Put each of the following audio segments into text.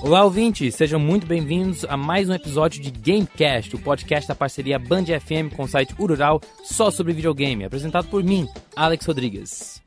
Olá, ouvintes! Sejam muito bem-vindos a mais um episódio de Gamecast, o podcast da parceria Band FM com o site Urural só sobre videogame, apresentado por mim, Alex Rodrigues.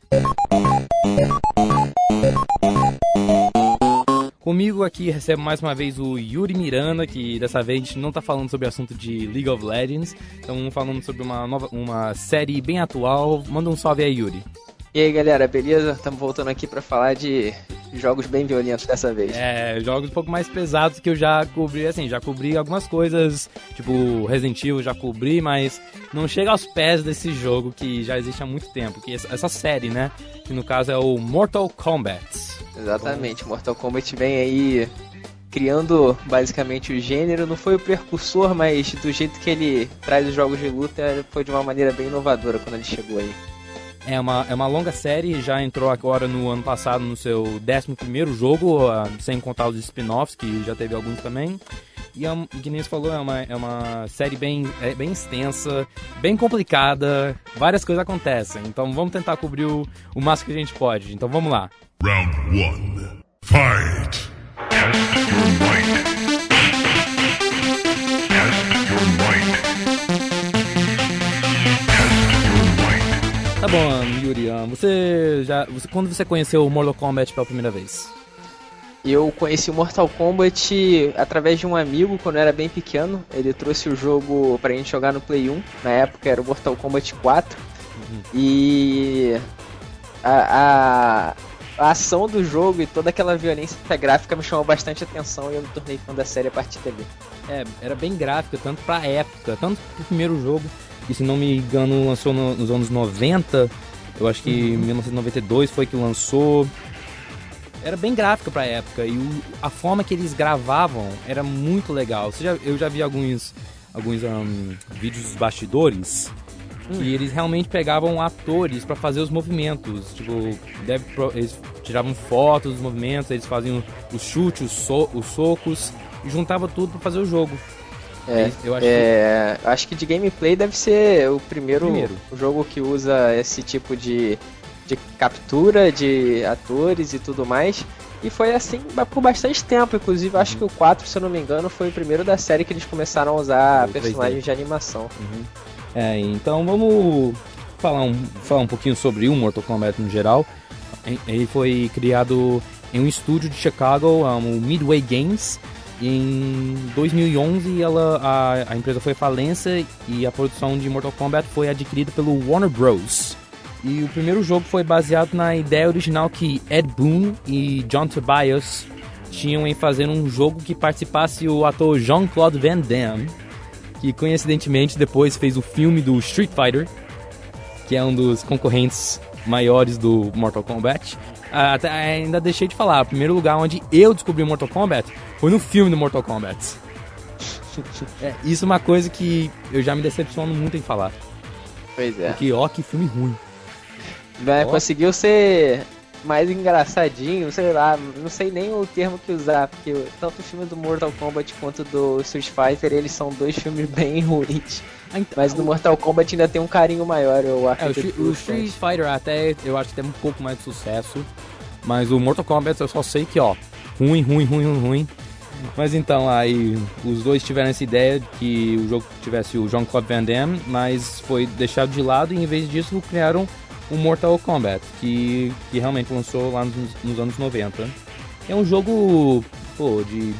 Comigo aqui recebo mais uma vez o Yuri Miranda, que dessa vez a gente não tá falando sobre o assunto de League of Legends, estamos falando sobre uma série bem atual. Manda um salve aí, Yuri. E aí, galera, beleza? Estamos voltando aqui pra falar de jogos bem violentos dessa vez. Jogos um pouco mais pesados que eu já cobri, já cobri algumas coisas, tipo Resident Evil já cobri, mas não chega aos pés desse jogo que já existe há muito tempo, que essa série, né, que no caso é o Mortal Kombat. Exatamente, Mortal Kombat vem aí criando basicamente o gênero, não foi o precursor, mas do jeito que ele traz os jogos de luta, foi de uma maneira bem inovadora quando ele chegou aí. É uma longa série, já entrou agora no ano passado no seu 11º jogo, sem contar os spin-offs, que já teve alguns também. E que nem você falou, é uma série bem extensa, bem complicada, várias coisas acontecem. Então vamos tentar cobrir o máximo que a gente pode. Então vamos lá. Round 1. Fight! Test your might. Test your might. Tá bom, Yuri, quando você conheceu o Mortal Kombat pela primeira vez? Eu conheci o Mortal Kombat através de um amigo quando eu era bem pequeno. Ele trouxe o jogo pra gente jogar no Play 1, na época era o Mortal Kombat 4. E a ação do jogo e toda aquela violência gráfica me chamou bastante atenção e eu me tornei fã da série a partir dali. Era bem gráfica, tanto pra época, tanto pro primeiro jogo, que se não me engano lançou nos anos 90, eu acho que em 1992 foi que lançou. Era bem gráfica pra época e a forma que eles gravavam era muito legal. Eu já vi alguns vídeos dos bastidores que eles realmente pegavam atores pra fazer os movimentos. Tipo, eles tiravam fotos dos movimentos, eles faziam os chutes, os socos e juntavam tudo pra fazer o jogo. Acho que de gameplay deve ser o primeiro jogo que usa esse tipo de captura de atores e tudo mais. E foi assim por bastante tempo, inclusive acho que o 4, se eu não me engano, foi o primeiro da série que eles começaram a usar personagens de animação. Então vamos falar um pouquinho sobre o Mortal Kombat no geral. Ele foi criado em um estúdio de Chicago, o Midway Games. Em 2011 a empresa foi à falência e a produção de Mortal Kombat foi adquirida pelo Warner Bros. E o primeiro jogo foi baseado na ideia original que Ed Boon e John Tobias tinham em fazer um jogo que participasse o ator Jean-Claude Van Damme, que coincidentemente depois fez o filme do Street Fighter, que é um dos concorrentes maiores do Mortal Kombat. Ainda deixei de falar, o primeiro lugar onde eu descobri o Mortal Kombat foi no filme do Mortal Kombat. Isso é uma coisa que eu já me decepciono muito em falar. Pois é. Porque, que filme ruim. Conseguiu ser mais engraçadinho, sei lá, não sei nem o termo que usar, porque tanto o filme do Mortal Kombat quanto do Street Fighter, eles são dois filmes bem ruins. Mas no Mortal Kombat ainda tem um carinho maior, eu acho. O Street Fighter até, eu acho que tem um pouco mais de sucesso, mas o Mortal Kombat eu só sei que, ruim. Mas então, aí os dois tiveram essa ideia de que o jogo tivesse o Jean-Claude Van Damme, mas foi deixado de lado e em vez disso criaram o Mortal Kombat, que realmente lançou lá nos anos 90. É um jogo, de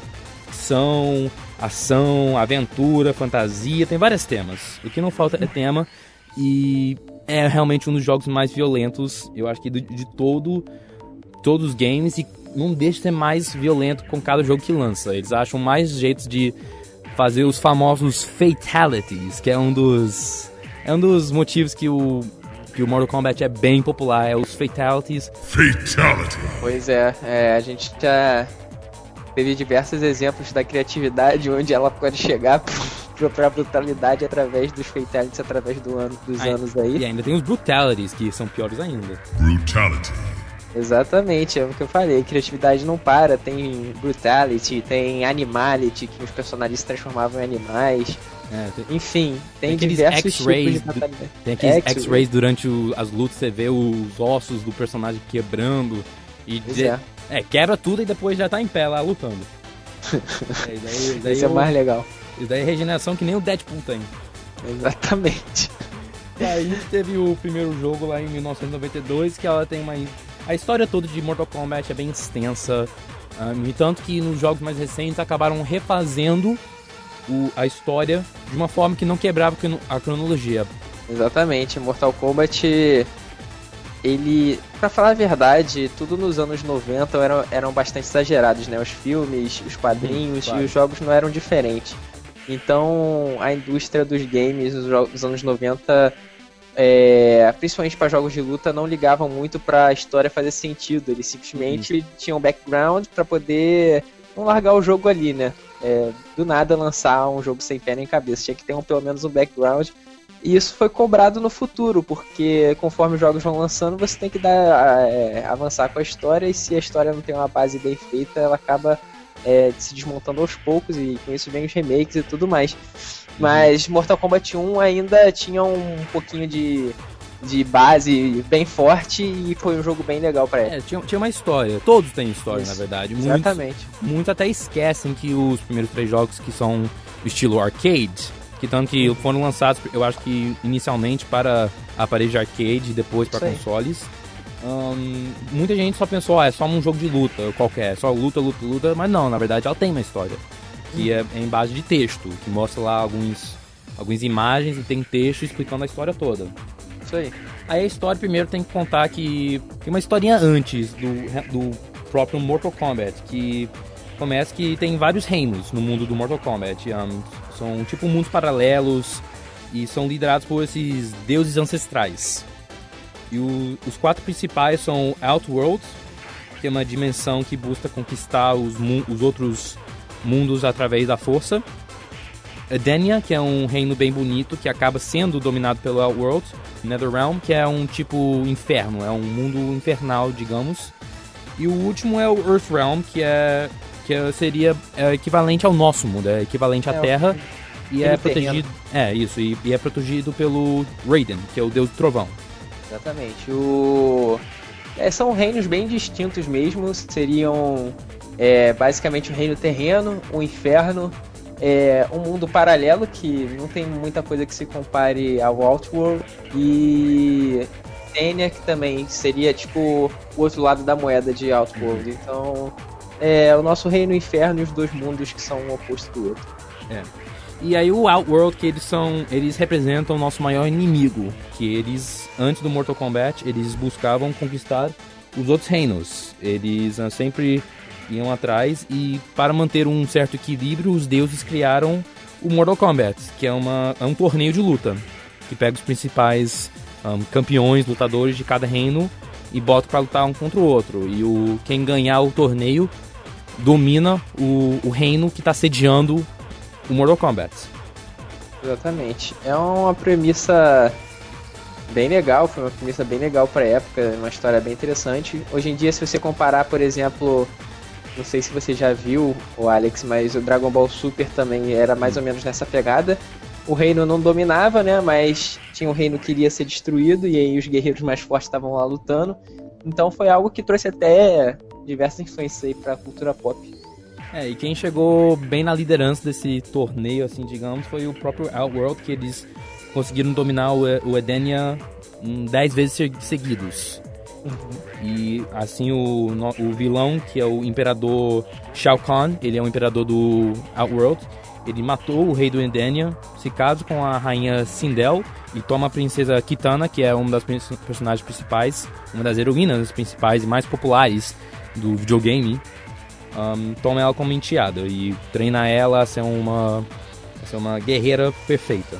ação, aventura, fantasia, tem vários temas. O que não falta é tema e é realmente um dos jogos mais violentos, eu acho que de todos os games, e não deixa de ser mais violento com cada jogo que lança. Eles acham mais jeitos de fazer os famosos fatalities, que é um dos motivos que o Mortal Kombat é bem popular, é os fatalities. Pois é, a gente já teve diversos exemplos da criatividade onde ela pode chegar pra brutalidade através dos fatalities, através dos anos aí. E ainda tem os brutalities, que são piores ainda. Brutality. Exatamente, é o que eu falei, criatividade não para, tem brutality, tem animality, que os personagens se transformavam em animais. Enfim, tem diversos tipos de brutalidade. Tem aqueles X-rays durante as lutas, você vê os ossos do personagem quebrando e quebra tudo e depois já tá em pé lá lutando. Esse é mais legal. E daí regeneração que nem o Deadpool tem. Exatamente. E aí teve o primeiro jogo lá em 1992, que ela tem uma... A história toda de Mortal Kombat é bem extensa, e tanto que nos jogos mais recentes acabaram refazendo a história de uma forma que não quebrava a cronologia. Exatamente, Mortal Kombat, ele, pra falar a verdade, tudo nos anos 90 eram bastante exagerados, né? Os filmes, os quadrinhos claro. E os jogos não eram diferentes. Então, a indústria dos games nos anos 90, principalmente para jogos de luta, não ligavam muito para a história fazer sentido. Eles simplesmente tinham background para poder não largar o jogo ali, né? Do nada lançar um jogo sem pé nem cabeça. Tinha que ter pelo menos um background. E isso foi cobrado no futuro, porque conforme os jogos vão lançando, você tem que avançar com a história, e se a história não tem uma base bem feita, ela acaba se desmontando aos poucos, e com isso vem os remakes e tudo mais. Mas Mortal Kombat 1 ainda tinha um pouquinho de base bem forte, e foi um jogo bem legal pra época. Tinha uma história, todos têm história, Isso, na verdade. exatamente. Muitos até esquecem que os primeiros 3 jogos que são do estilo arcade, que tanto que foram lançados, eu acho que inicialmente para aparelhos de arcade e depois para consoles. Muita gente só pensou, é só um jogo de luta qualquer, só luta, mas não, na verdade ela tem uma história, que é em base de texto, que mostra lá algumas imagens e tem texto explicando a história toda. Isso aí. Aí a história primeiro tem que contar que tem uma historinha antes do próprio Mortal Kombat, que começa que tem vários reinos no mundo do Mortal Kombat. São tipo mundos paralelos e são liderados por esses deuses ancestrais. E os 4 principais são Outworld, que é uma dimensão que busca conquistar os outros mundos através da força. Edenia, que é um reino bem bonito que acaba sendo dominado pelo Outworld. Netherrealm, que é um tipo inferno, é um mundo infernal, digamos. E o último é o Earthrealm, que seria equivalente ao nosso mundo, é equivalente à Terra, e é protegido. E é protegido pelo Raiden, que é o deus do trovão. Exatamente. São reinos bem distintos mesmo. Seriam basicamente o reino terreno, o inferno, um mundo paralelo que não tem muita coisa que se compare ao Outworld, e Edenia, que também seria tipo o outro lado da moeda de Outworld. Então o nosso reino, o inferno, e os 2 mundos que são um oposto do outro. E aí o Outworld, que eles representam o nosso maior inimigo, que eles, antes do Mortal Kombat, eles buscavam conquistar os outros reinos. Eles sempre iam atrás, e para manter um certo equilíbrio, os deuses criaram o Mortal Kombat, que é um torneio de luta, que pega os principais campeões, lutadores de cada reino, e bota para lutar um contra o outro. E quem ganhar o torneio domina o reino que está sediando o Mortal Kombat. Exatamente. É uma premissa bem legal, foi uma premissa bem legal pra época, uma história bem interessante. Hoje em dia, se você comparar, por exemplo, não sei se você já viu, o Alex, mas o Dragon Ball Super também era mais ou menos nessa pegada. O reino não dominava, né, mas tinha um reino que iria ser destruído, e aí os guerreiros mais fortes estavam lá lutando. Então foi algo que trouxe até diversas influências aí pra cultura pop. E quem chegou bem na liderança desse torneio, assim, digamos, foi o próprio Outworld, que eles conseguiram dominar o Edenia 10 vezes seguidos. E assim o vilão, que é o Imperador Shao Kahn, ele é o imperador do Outworld, ele matou o rei do Edenia, se casa com a rainha Sindel e toma a princesa Kitana, que é uma das personagens principais, uma das heroínas principais e mais populares do videogame. Toma ela como enteada e treina ela a ser uma guerreira perfeita.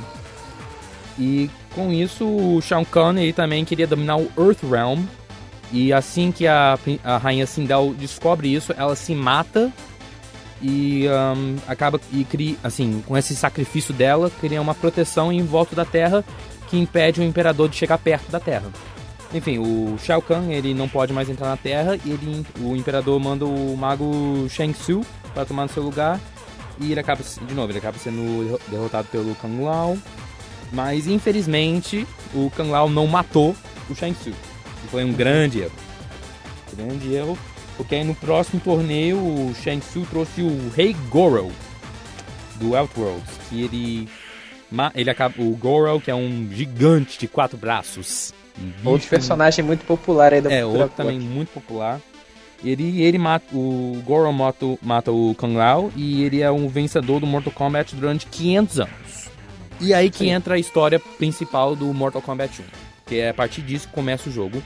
E com isso o Shao Kahn, ele também queria dominar o Earthrealm, e assim que a rainha Sindel descobre isso, ela se mata e acaba e cria, assim, com esse sacrifício dela, cria uma proteção em volta da Terra que impede o imperador de chegar perto da Terra. Enfim, o Shao Kahn, ele não pode mais entrar na Terra, e o imperador manda o mago Shang Tsung para tomar no seu lugar, e ele acaba sendo derrotado pelo Kung Lao. Mas infelizmente o Kung Lao não matou o Shang Tsung. Foi um grande erro. Porque aí no próximo torneio o Shang Tsung trouxe o Rei Goro do Outworlds, que ele acaba, o Goro, que é um gigante de 4 braços. Outro personagem muito popular aí da cultura outro também muito popular. Ele mata, o Goro mata o Kung Lao, e ele é um vencedor do Mortal Kombat durante 500 anos. E aí que entra a história principal do Mortal Kombat 1, que é a partir disso que começa o jogo.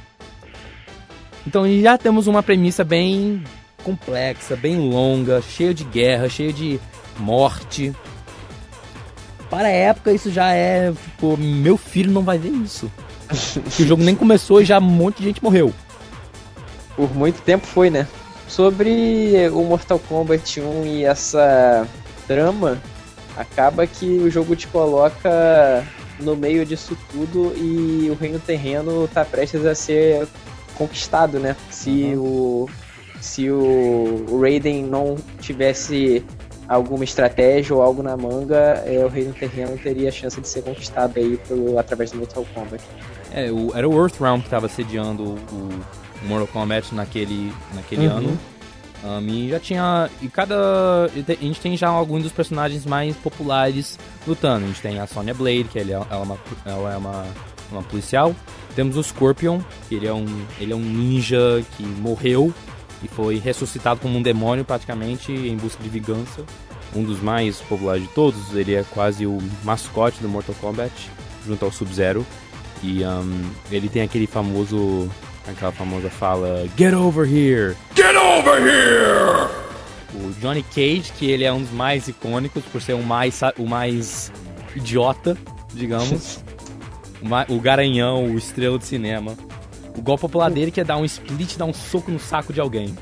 Então já temos uma premissa bem complexa, bem longa, cheia de guerra, cheia de morte. Para a época isso já é, tipo, meu filho não vai ver isso. Que o jogo nem começou e já um monte de gente morreu. Por muito tempo foi, né? Sobre o Mortal Kombat 1 e essa trama, acaba que o jogo te coloca no meio disso tudo e o Reino Terreno tá prestes a ser conquistado, né? Se o Raiden não tivesse alguma estratégia ou algo na manga, o Reino Terreno teria a chance de ser conquistado aí através do Mortal Kombat. Era o Earthrealm que estava sediando o Mortal Kombat naquele ano. E já tinha. A gente tem já alguns dos personagens mais populares lutando. A gente tem a Sonya Blade, que ela é uma policial. Temos o Scorpion, que ele é um ninja que morreu e foi ressuscitado como um demônio praticamente em busca de vingança. Um dos mais populares de todos. Ele é quase o mascote do Mortal Kombat, junto ao Sub-Zero. E ele tem aquela famosa fala: Get over here! Get over here! O Johnny Cage, que ele é um dos mais icônicos por ser o mais idiota, digamos. O garanhão, o estrela de cinema. O golpe popular dele que é dar um split, dar um soco no saco de alguém.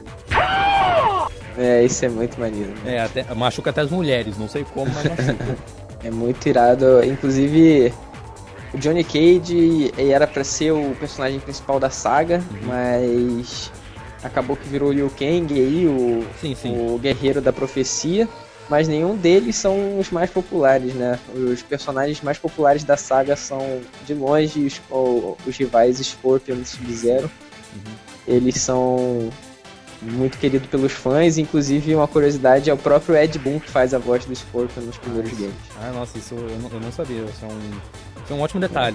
Isso é muito maneiro. Né? Machuca até as mulheres, não sei como, mas machuca. É muito irado. Inclusive, o Johnny Cage era pra ser o personagem principal da saga, mas acabou que virou o Liu Kang aí, o guerreiro da profecia, mas nenhum deles são os mais populares, né? Os personagens mais populares da saga são, de longe, os rivais Scorpion e Sub-Zero. Eles são muito queridos pelos fãs, inclusive uma curiosidade é o próprio Ed Boon que faz a voz do Scorpion nos primeiros games. Nossa, isso eu não sabia, isso é um ótimo detalhe.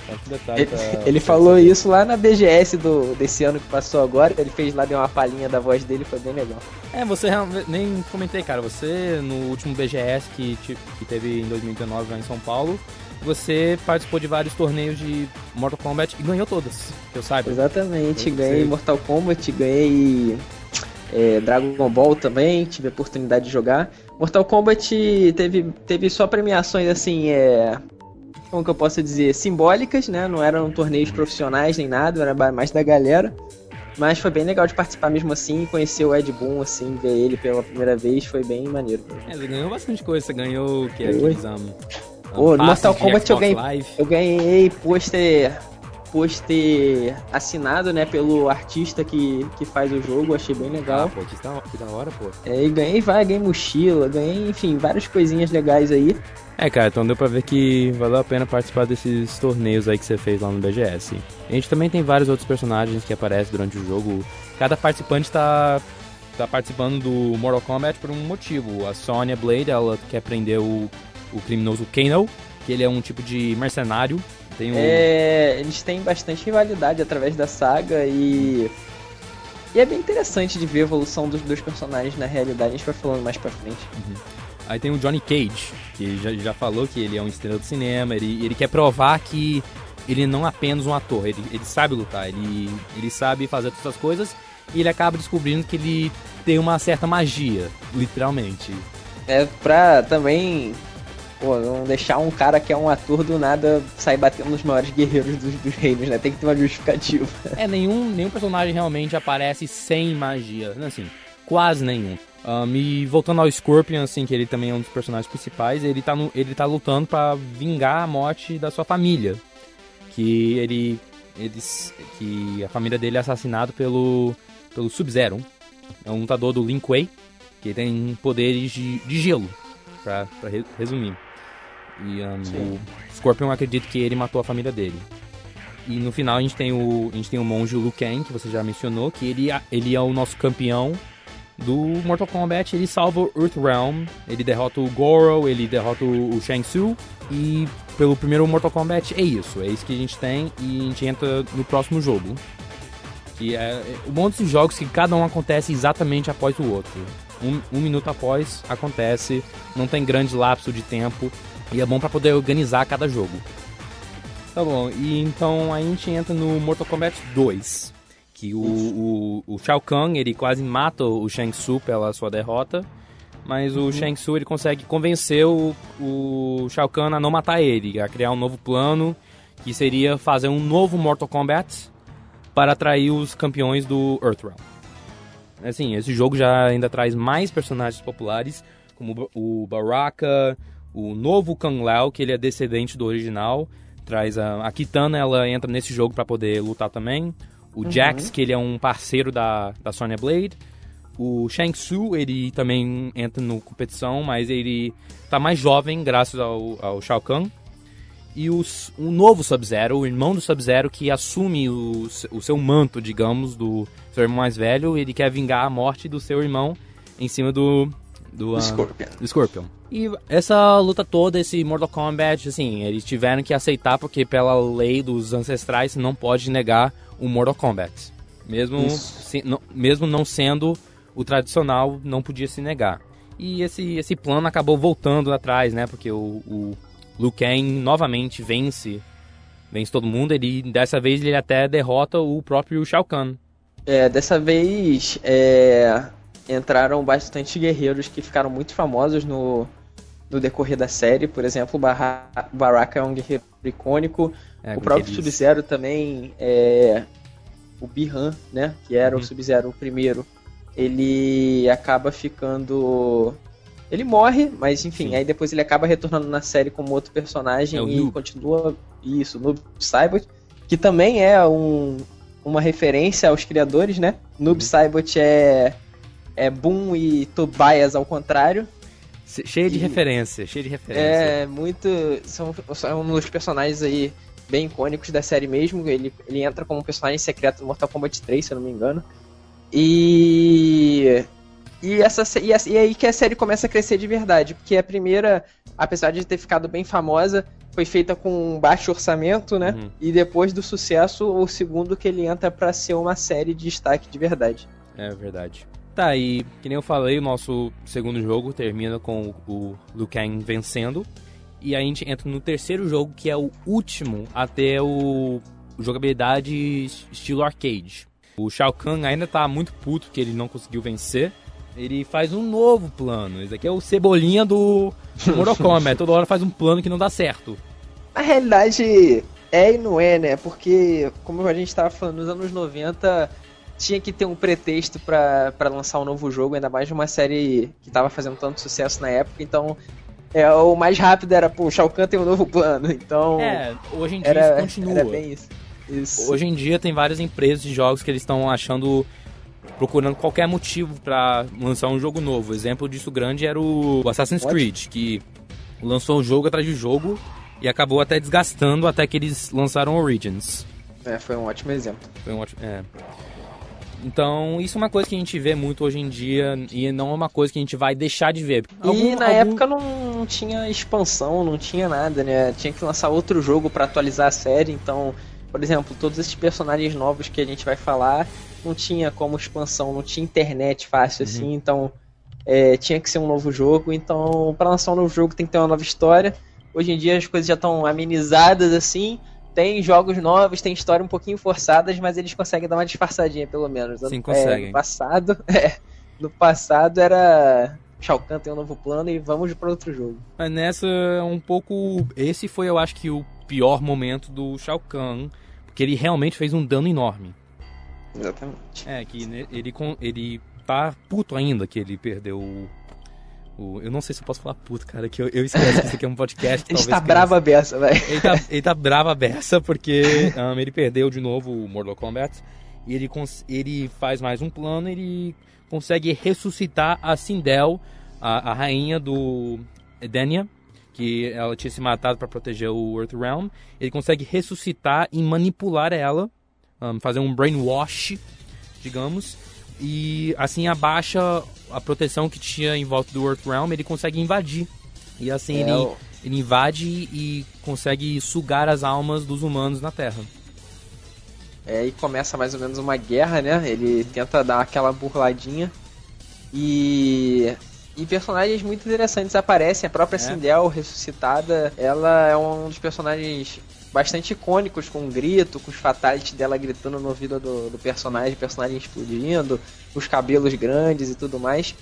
Ele falou isso lá na BGS desse ano que passou agora. Ele fez lá, deu uma palhinha da voz dele, foi bem legal. Você nem comentei, cara. Você, no último BGS que teve em 2019 lá em São Paulo, você participou de vários torneios de Mortal Kombat e ganhou todas, que eu saiba. Exatamente, ganhei Mortal Kombat, ganhei Dragon Ball também, tive a oportunidade de jogar. Mortal Kombat teve só premiações assim, como que eu posso dizer, simbólicas, né? Não eram torneios profissionais nem nada, era mais da galera. Mas foi bem legal de participar mesmo assim, conhecer o Ed Boon, assim, ver ele pela primeira vez, foi bem maneiro. Você ganhou bastante coisa, você ganhou o que? Aqueles no Mortal Kombat eu ganhei pôster assinado, né, pelo artista que faz o jogo, achei bem legal. Pô, que da hora, pô. E ganhei mochila, ganhei, enfim, várias coisinhas legais aí. Cara, então deu pra ver que valeu a pena participar desses torneios aí que você fez lá no BGS. A gente também tem vários outros personagens que aparecem durante o jogo. Cada participante tá participando do Mortal Kombat por um motivo. A Sonya Blade, ela quer prender o criminoso Kano, que ele é um tipo de mercenário. Eles têm bastante rivalidade através da saga e é bem interessante de ver a evolução dos dois personagens na realidade. A gente vai falando mais pra frente. Aí tem o Johnny Cage, que já falou que ele é um estrela de cinema. Ele quer provar que ele não é apenas um ator, ele sabe lutar, ele sabe fazer todas as coisas, e ele acaba descobrindo que ele tem uma certa magia, literalmente. Pra também não deixar um cara que é um ator do nada sair batendo nos maiores guerreiros dos reinos, né? Tem que ter uma justificativa. Nenhum personagem realmente aparece sem magia, assim, quase nenhum. E voltando ao Scorpion, assim, que ele também é um dos personagens principais, ele tá lutando pra vingar a morte da sua família. Que a família dele é assassinada pelo Sub-Zero. É um lutador do Lin Kuei, que tem poderes de gelo, pra resumir. E o Scorpion acredita que ele matou a família dele. E no final a gente tem o monge Liu Kang, que você já mencionou, que ele é o nosso campeão do Mortal Kombat. Ele salva o Earthrealm, ele derrota o Goro, ele derrota o Shang Tsung. E pelo primeiro Mortal Kombat é isso que a gente tem, e a gente entra no próximo jogo. Que é o bom desses jogos que cada um acontece exatamente após o outro. Um minuto após acontece, não tem grande lapso de tempo, e é bom pra poder organizar cada jogo. Tá bom, e então a gente entra no Mortal Kombat 2, que o Shao Kahn, ele quase mata o Shang Tsung pela sua derrota, mas o Shang Tsung, ele consegue convencer o Shao Kahn a não matar ele, a criar um novo plano, que seria fazer um novo Mortal Kombat para atrair os campeões do Earthrealm. Assim, esse jogo já ainda traz mais personagens populares, como o Baraka, o novo Kung Lao, que ele é descendente do original. Traz a Kitana, ela entra nesse jogo para poder lutar também. O Jax, que ele é um parceiro da Sonya Blade. O Shang Tsung, ele também entra na competição, mas ele tá mais jovem graças ao Shao Kahn. E o novo Sub-Zero, o irmão do Sub-Zero, que assume o seu manto, digamos, do seu irmão mais velho. Ele quer vingar a morte do seu irmão em cima do Scorpion. E essa luta toda, esse Mortal Kombat, assim, eles tiveram que aceitar, porque pela lei dos ancestrais não pode negar o Mortal Kombat. Mesmo não sendo o tradicional, não podia se negar. E esse plano acabou voltando atrás, né? Porque o Liu Kang novamente vence todo mundo. Dessa vez ele até derrota o próprio Shao Kahn. Dessa vez entraram bastante guerreiros que ficaram muito famosos no decorrer da série. Por exemplo, o Baraka é um guerreiro icônico. O próprio Sub-Zero também, o Bi-Han, né, que era o Sub-Zero o primeiro, ele acaba ficando... Ele morre, mas enfim, Sim. Aí depois ele acaba retornando na série como outro personagem e Noob. Continua isso, Noob Saibot, que também é uma referência aos criadores, né? Noob Saibot é Boom e Tobias ao contrário. Cheio de referência. São um dos personagens aí bem icônicos da série mesmo. Ele entra como um personagem secreto no Mortal Kombat 3, se eu não me engano. E aí que a série começa a crescer de verdade, porque a primeira, apesar de ter ficado bem famosa, foi feita com um baixo orçamento, né? E depois do sucesso, o segundo que ele entra pra ser uma série de destaque de verdade. É verdade. Tá, e que nem eu falei, o nosso segundo jogo termina com o Liu Kang vencendo. E a gente entra no terceiro jogo, que é o último a ter o jogabilidade estilo arcade. O Shao Kahn ainda tá muito puto que ele não conseguiu vencer. Ele faz um novo plano. Esse aqui é o Cebolinha do Mortal Kombat. Toda hora faz um plano que não dá certo. Na realidade, e não é, né? Porque, como a gente tava falando, nos anos 90... tinha que ter um pretexto pra lançar um novo jogo, ainda mais de uma série que tava fazendo tanto sucesso na época, então o mais rápido era, o Shao Kahn tem um novo plano, então... hoje em dia isso continua. Era bem isso. Hoje em dia tem várias empresas de jogos que eles estão procurando qualquer motivo pra lançar um jogo novo. Exemplo disso grande era o Assassin's Creed, que lançou um jogo atrás de jogo e acabou até desgastando até que eles lançaram Origins. Foi um ótimo exemplo. Então, isso é uma coisa que a gente vê muito hoje em dia e não é uma coisa que a gente vai deixar de ver. Na época não tinha expansão, não tinha nada, né? Tinha que lançar outro jogo pra atualizar a série, então, por exemplo, todos esses personagens novos que a gente vai falar, não tinha como expansão, não tinha internet fácil assim, então tinha que ser um novo jogo, então pra lançar um novo jogo tem que ter uma nova história. Hoje em dia as coisas já estão amenizadas assim. Tem jogos novos, tem história um pouquinho forçadas, mas eles conseguem dar uma disfarçadinha, pelo menos. Sim, conseguem. No passado era Shao Kahn tem um novo plano e vamos para outro jogo. Mas nessa, esse foi, eu acho que, o pior momento do Shao Kahn, porque ele realmente fez um dano enorme. Exatamente. Que ele tá puto ainda que ele perdeu eu não sei se eu posso falar puto, cara, que eu esqueço que isso aqui é um podcast. Ele tá brava beça, velho. Ele tá brava beça porque ele perdeu de novo o Mortal Kombat. E ele faz mais um plano, ele consegue ressuscitar a Sindel, a rainha do Edenia, que ela tinha se matado para proteger o Earthrealm. Ele consegue ressuscitar e manipular ela, fazer um brainwash, digamos, e assim abaixa a proteção que tinha em volta do Earthrealm. Ele consegue invadir, e assim ele invade e consegue sugar as almas dos humanos na Terra. E começa mais ou menos uma guerra, né? Ele tenta dar aquela burladinha. E personagens muito interessantes aparecem. A própria Sindel, ressuscitada, ela é um dos personagens bastante icônicos, com um grito, com os fatalities dela gritando no ouvido do personagem, o personagem explodindo, os cabelos grandes e tudo mais.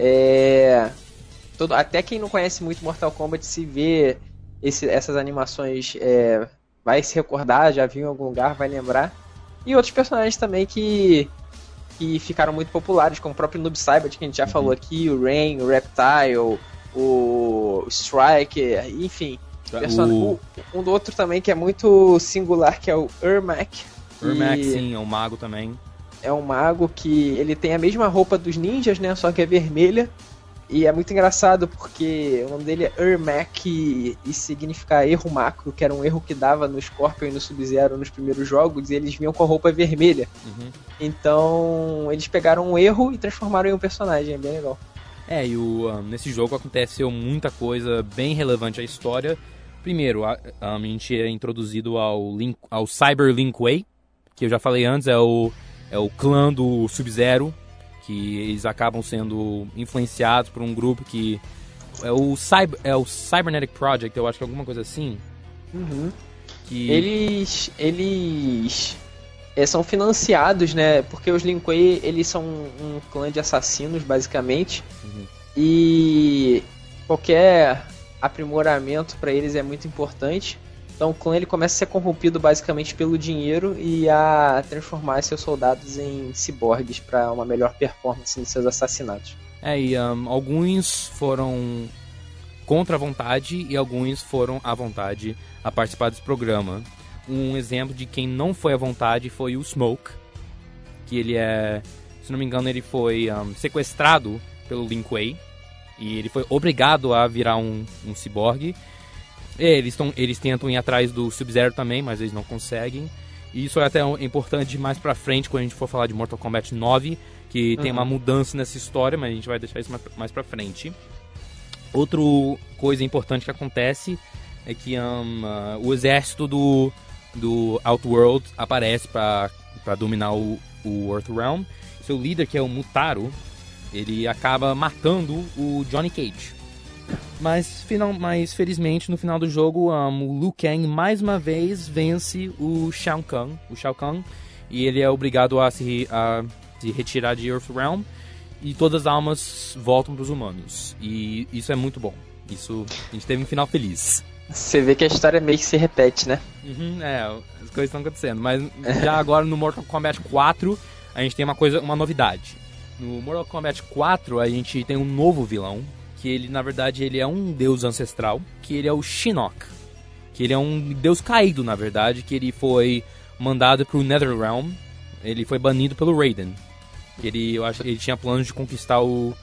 Até quem não conhece muito Mortal Kombat, se vê essas animações, vai se recordar, já viu em algum lugar, vai lembrar. E outros personagens também que ficaram muito populares, como o próprio Noob Saibot, que a gente já falou aqui, o Rain, o Reptile, o Striker, enfim. Um do outro também que é muito singular, que é o Ermac. Ermac, sim, é um mago também. É um mago que ele tem a mesma roupa dos ninjas, né, só que é vermelha. E é muito engraçado porque o nome dele é Ermac e significa erro macro, que era um erro que dava no Scorpion e no Sub-Zero nos primeiros jogos, e eles vinham com a roupa vermelha. Então eles pegaram um erro e transformaram em um personagem, é bem legal. Nesse jogo aconteceu muita coisa bem relevante à história. Primeiro, a gente é introduzido ao Cyber Lin Kuei, que eu já falei antes, é o clã do Sub-Zero, que eles acabam sendo influenciados por um grupo que é o Cybernetic Project, eu acho que é alguma coisa assim. Que eles são financiados, né? Porque os Lin Kuei, eles são um clã de assassinos, basicamente. E qualquer aprimoramento para eles é muito importante. Então o clã ele começa a ser corrompido basicamente pelo dinheiro e a transformar seus soldados em ciborgues para uma melhor performance nos seus assassinatos. Alguns foram contra a vontade e alguns foram à vontade a participar desse programa. Um exemplo de quem não foi à vontade foi o Smoke, que ele se não me engano, ele foi sequestrado pelo Lin Kuei e ele foi obrigado a virar um ciborgue. Eles tentam ir atrás do Sub-Zero também, mas eles não conseguem. E isso é até importante mais pra frente, quando a gente for falar de Mortal Kombat 9, que tem uma mudança nessa história, mas a gente vai deixar isso mais pra frente. Outra coisa importante que acontece é que o exército do Outworld aparece pra dominar o Earthrealm. Seu líder, que é o Mutaro, ele acaba matando o Johnny Cage. Mas felizmente no final do jogo o Liu Kang mais uma vez vence o Shao Kahn, e ele é obrigado a se retirar de Earthrealm e todas as almas voltam para os humanos, e isso é muito bom. Isso, a gente teve um final feliz. Você vê que a história meio que se repete, né? As coisas estão acontecendo, mas já agora no Mortal Kombat 4 a gente tem uma novidade. No Mortal Kombat 4 a gente tem um novo vilão, que ele, na verdade, ele é um deus ancestral, que ele é o Shinnok, que ele é um deus caído, na verdade, que ele foi mandado pro Netherrealm, ele foi banido pelo Raiden. Eu acho que ele tinha planos de conquistar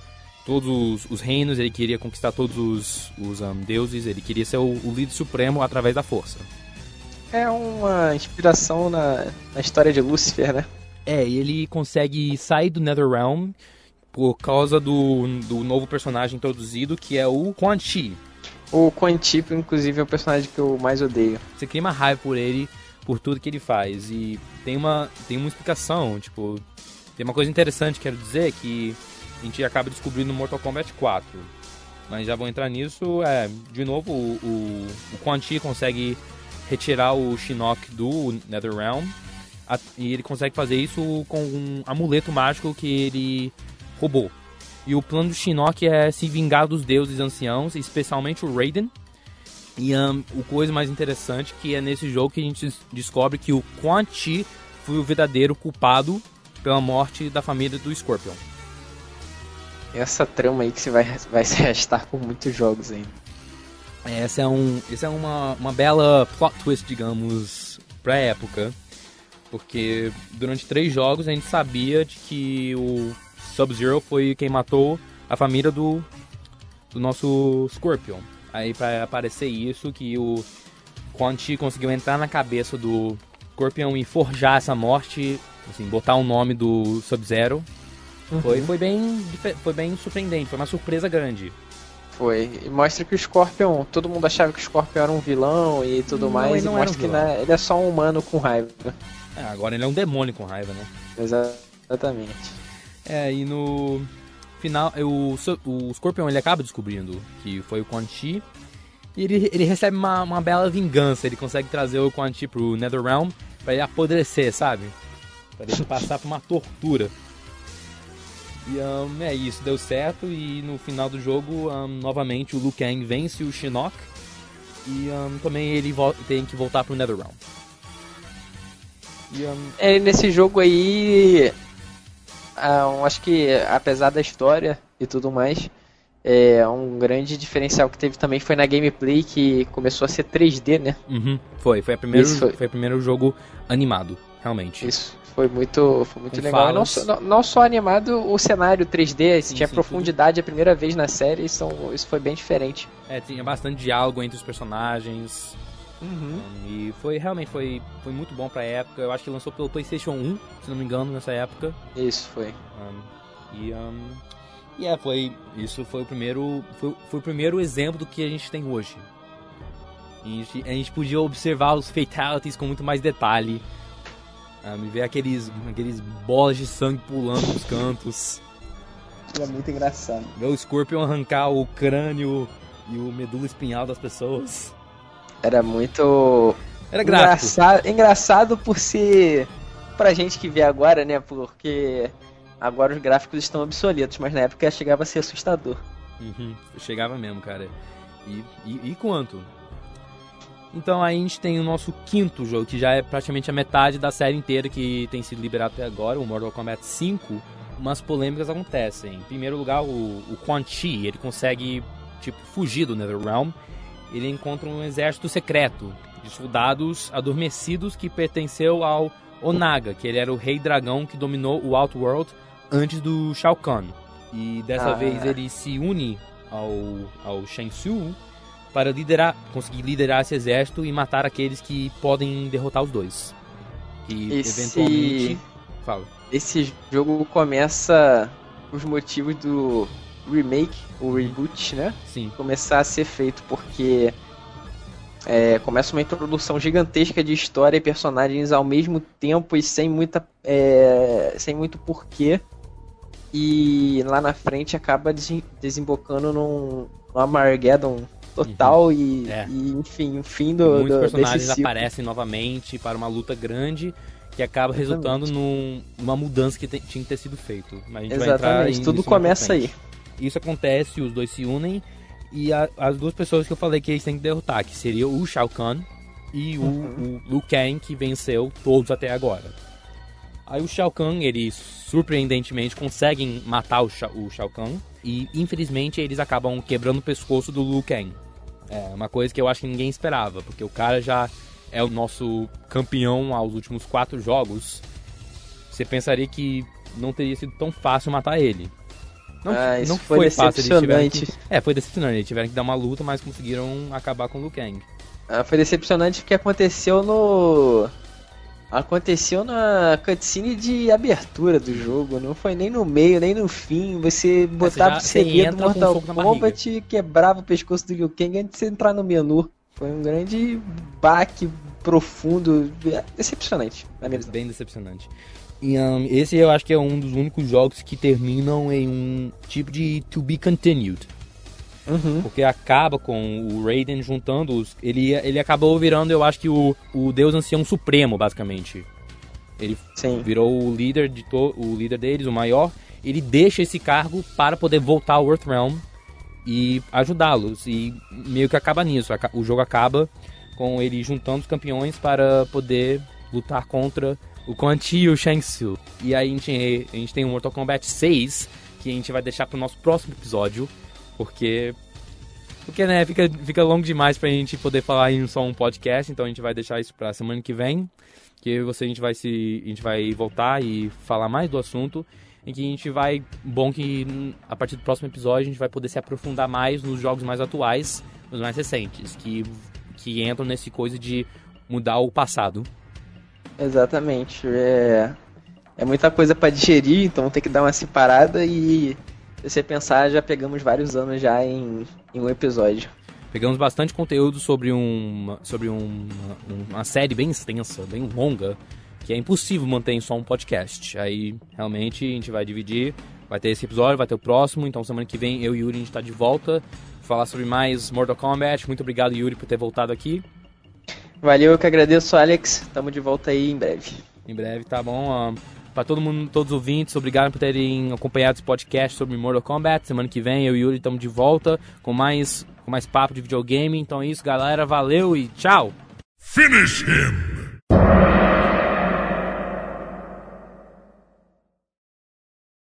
todos os reinos, ele queria conquistar todos os deuses, ele queria ser o líder supremo através da força. É uma inspiração na história de Lúcifer, né? E ele consegue sair do Netherrealm por causa do novo personagem introduzido, que é o Quan Chi. O Quan Chi, inclusive, é o personagem que eu mais odeio. Você cria uma raiva por ele, por tudo que ele faz. E tem uma explicação, tipo... Tem uma coisa interessante, quero dizer, que a gente acaba descobrindo no Mortal Kombat 4. Mas já vou entrar nisso. De novo, o Quan Chi consegue retirar o Shinnok do Netherrealm. E ele consegue fazer isso com um amuleto mágico que ele roubou. E o plano do Shinnok é se vingar dos deuses anciãos, especialmente o Raiden. E o coisa mais interessante que é nesse jogo que a gente descobre que o Quan Chi foi o verdadeiro culpado pela morte da família do Scorpion. Essa trama aí que você vai se arrastar por muitos jogos ainda. Essa é uma bela plot twist, digamos, pra época. Porque durante 3 jogos a gente sabia de que o Sub-Zero foi quem matou a família do nosso Scorpion. Aí pra aparecer isso, que o Quan Chi conseguiu entrar na cabeça do Scorpion e forjar essa morte, assim, botar o nome do Sub-Zero. Foi bem surpreendente, foi uma surpresa grande. Foi, e mostra que o Scorpion, todo mundo achava que o Scorpion era um vilão e tudo mais, e mostra que ele é só um humano com raiva. Agora ele é um demônio com raiva, né? Exatamente. E no final, o Scorpion ele acaba descobrindo que foi o Quan Chi, e ele recebe uma bela vingança, ele consegue trazer o Quan Chi pro Netherrealm pra ele apodrecer, sabe? Pra ele passar por uma tortura. E é isso, deu certo, e no final do jogo, novamente o Liu Kang vence o Shinnok, e também ele tem que voltar pro Netherrealm. Nesse jogo aí, acho que apesar da história e tudo mais, um grande diferencial que teve também foi na gameplay, que começou a ser 3D, né? Foi o primeiro jogo animado, realmente. Isso. Foi muito legal. Não só animado, o cenário 3D, tinha profundidade a primeira vez na série, isso foi bem diferente. Tinha bastante diálogo entre os personagens. E realmente foi muito bom pra época. Eu acho que lançou pelo PlayStation 1, se não me engano, nessa época. Isso foi. Foi o primeiro exemplo do que a gente tem hoje. A gente podia observar os fatalities com muito mais detalhe. Me ver aqueles bolas de sangue pulando nos cantos. É muito engraçado. Ver o Scorpion arrancar o crânio e o medula espinhal das pessoas. Era muito... Era gráfico. Engraçado por ser... Pra gente que vê agora, né? Porque agora os gráficos estão obsoletos, mas na época chegava a ser assustador. Chegava mesmo, cara. E quanto? Então aí a gente tem o nosso quinto jogo, que já é praticamente a metade da série inteira que tem sido liberado até agora, o Mortal Kombat 5. Umas polêmicas acontecem. Em primeiro lugar, o Quan Chi, ele consegue fugir do Netherrealm. Ele encontra um exército secreto de soldados adormecidos que pertenceu ao Onaga, que ele era o rei dragão que dominou o Outworld antes do Shao Kahn. E dessa vez ele se une ao Shang Tsung para conseguir liderar esse exército e matar aqueles que podem derrotar os dois. E eventualmente... Fala. Esse jogo começa os motivos do remake, o reboot, né? Sim. Começar a ser feito, porque começa uma introdução gigantesca de história e personagens ao mesmo tempo e sem muito porquê. E lá na frente acaba desembocando num Armageddon total enfim, o fim do muitos personagens desse ciclo. aparecem novamente para uma luta grande que acaba resultando numa mudança que tinha que ter sido feito. Mas a gente vai entrar tudo começa aí. Isso acontece, os dois se unem e as duas pessoas que eu falei que eles têm que derrotar, que seria o Shao Kahn e o Liu Kang, que venceu todos até agora. Aí o Shao Kahn, eles surpreendentemente conseguem matar o Shao Kahn e infelizmente eles acabam quebrando o pescoço do Liu Kang. É uma coisa que eu acho que ninguém esperava, porque o cara já é o nosso campeão aos últimos 4 jogos. Você pensaria que não teria sido tão fácil matar ele. Não foi fácil, decepcionante. Foi decepcionante, eles tiveram que dar uma luta, mas conseguiram acabar com o Liu Kang. Foi decepcionante porque aconteceu na cutscene de abertura do jogo, não foi nem no meio, nem no fim. Você botava o segredo do Mortal Kombat e quebrava o pescoço do Liu Kang antes de você entrar no menu. Foi um grande baque profundo, decepcionante, na minha visão. Bem decepcionante. E esse eu acho que é um dos únicos jogos que terminam em um tipo de to be continued. Porque acaba com o Raiden juntando ele acabou virando, eu acho que o Deus Ancião Supremo, basicamente. Ele virou o líder deles, o maior. Ele deixa esse cargo para poder voltar ao Earthrealm e ajudá-los. E meio que acaba nisso. O jogo acaba com ele juntando os campeões para poder lutar contra o Quan Chi e o Shang Tsung. E aí a gente tem o Mortal Kombat 6, que a gente vai deixar para o nosso próximo episódio. Porque né, fica longo demais pra gente poder falar em só um podcast, então a gente vai deixar isso pra semana que vem, que a gente vai voltar e falar mais do assunto, em que que a partir do próximo episódio a gente vai poder se aprofundar mais nos jogos mais atuais, os mais recentes, que entram nesse coisa de mudar o passado. Exatamente. É muita coisa pra digerir, então tem que dar uma separada e, se você pensar, já pegamos vários anos já em um episódio. Pegamos bastante conteúdo sobre uma série bem extensa, bem longa, que é impossível manter em só um podcast. Aí, realmente, a gente vai dividir. Vai ter esse episódio, vai ter o próximo. Então, semana que vem, eu e Yuri, a gente tá de volta. Falar sobre mais Mortal Kombat. Muito obrigado, Yuri, por ter voltado aqui. Valeu, eu que agradeço, Alex. Tamo de volta aí em breve. Em breve, tá bom. Para todo mundo, todos os ouvintes, obrigado por terem acompanhado esse podcast sobre Mortal Kombat. Semana que vem, eu e Yuri estamos de volta com mais papo de videogame. Então é isso, galera. Valeu e tchau! Finish him!